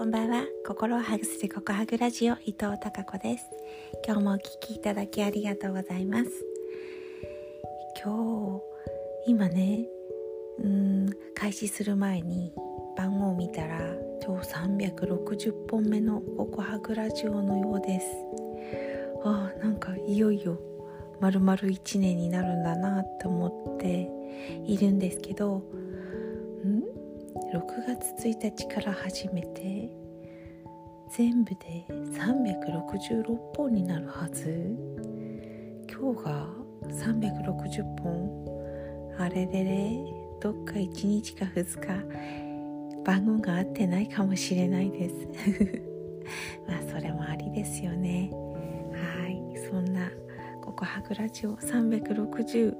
こんばんは。心をハグするココハグラジオ、伊藤孝子です。今日もお聞きいただきありがとうございます。今ね、開始する前に番号を見たら今日360本目のココハグラジオのようです。なんかいよいよ丸々1年になるんだなって思っているんですけど、6月1日から始めて全部で366本になるはず。今日が360本。あれれれ、どっか1日か2日番号が合ってないかもしれないですそれもありですよね。そんなココハグラジオ360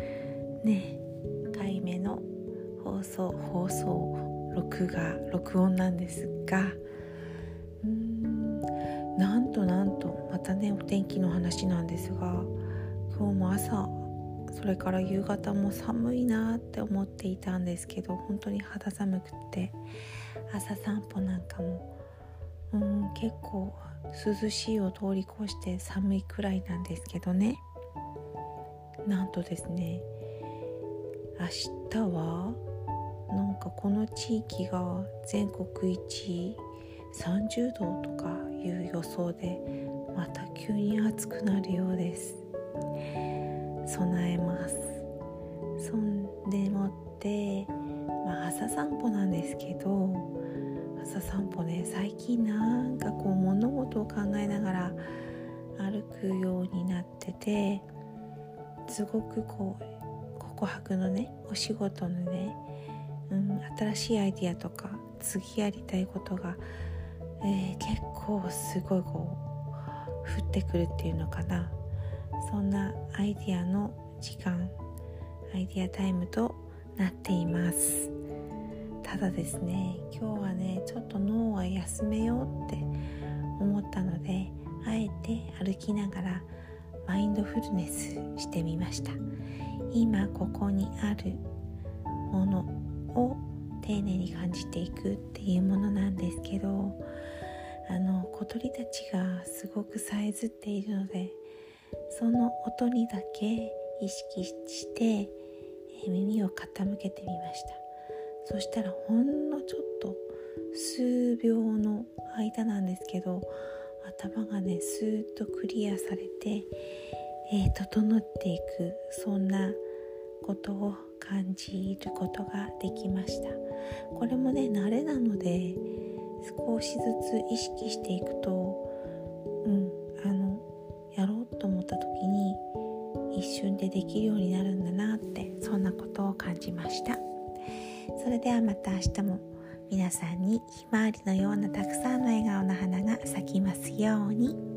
回目の放送録音なんですが、なんとまたね、お天気の話なんですが、今日も朝それから夕方も寒いなって思っていたんですけど、本当に肌寒くって朝散歩なんかも結構涼しいを通り越して寒いくらいなんですけどね。なんとですね、明日はなんかこの地域が全国一30度とかいう予想で、また急に暑くなるようです。備えます。そんでもって朝散歩なんですけど、朝散歩ね、最近なんか物事を考えながら歩くようになってて、すごくココハグのね、お仕事のね、新しいアイディアとか次やりたいことが、結構すごい降ってくるっていうのかな。そんなアイディアの時間、アイディアタイムとなっています。ただですね、今日はね、ちょっと脳は休めようって思ったので、あえて歩きながらマインドフルネスしてみました。今ここにあるものを丁寧に感じていくっていうものなんですけど、小鳥たちがすごくさえずっているので、その音にだけ意識して耳を傾けてみました。そしたらほんのちょっと数秒の間なんですけど、頭がねスーッとクリアされて、整っていく、そんなことを感じることができました。これもね、慣れなので少しずつ意識していくと、やろうと思った時に一瞬でできるようになるんだなって、そんなことを感じました。それではまた明日も皆さんにひまわりのようなたくさんの笑顔の花が咲きますように。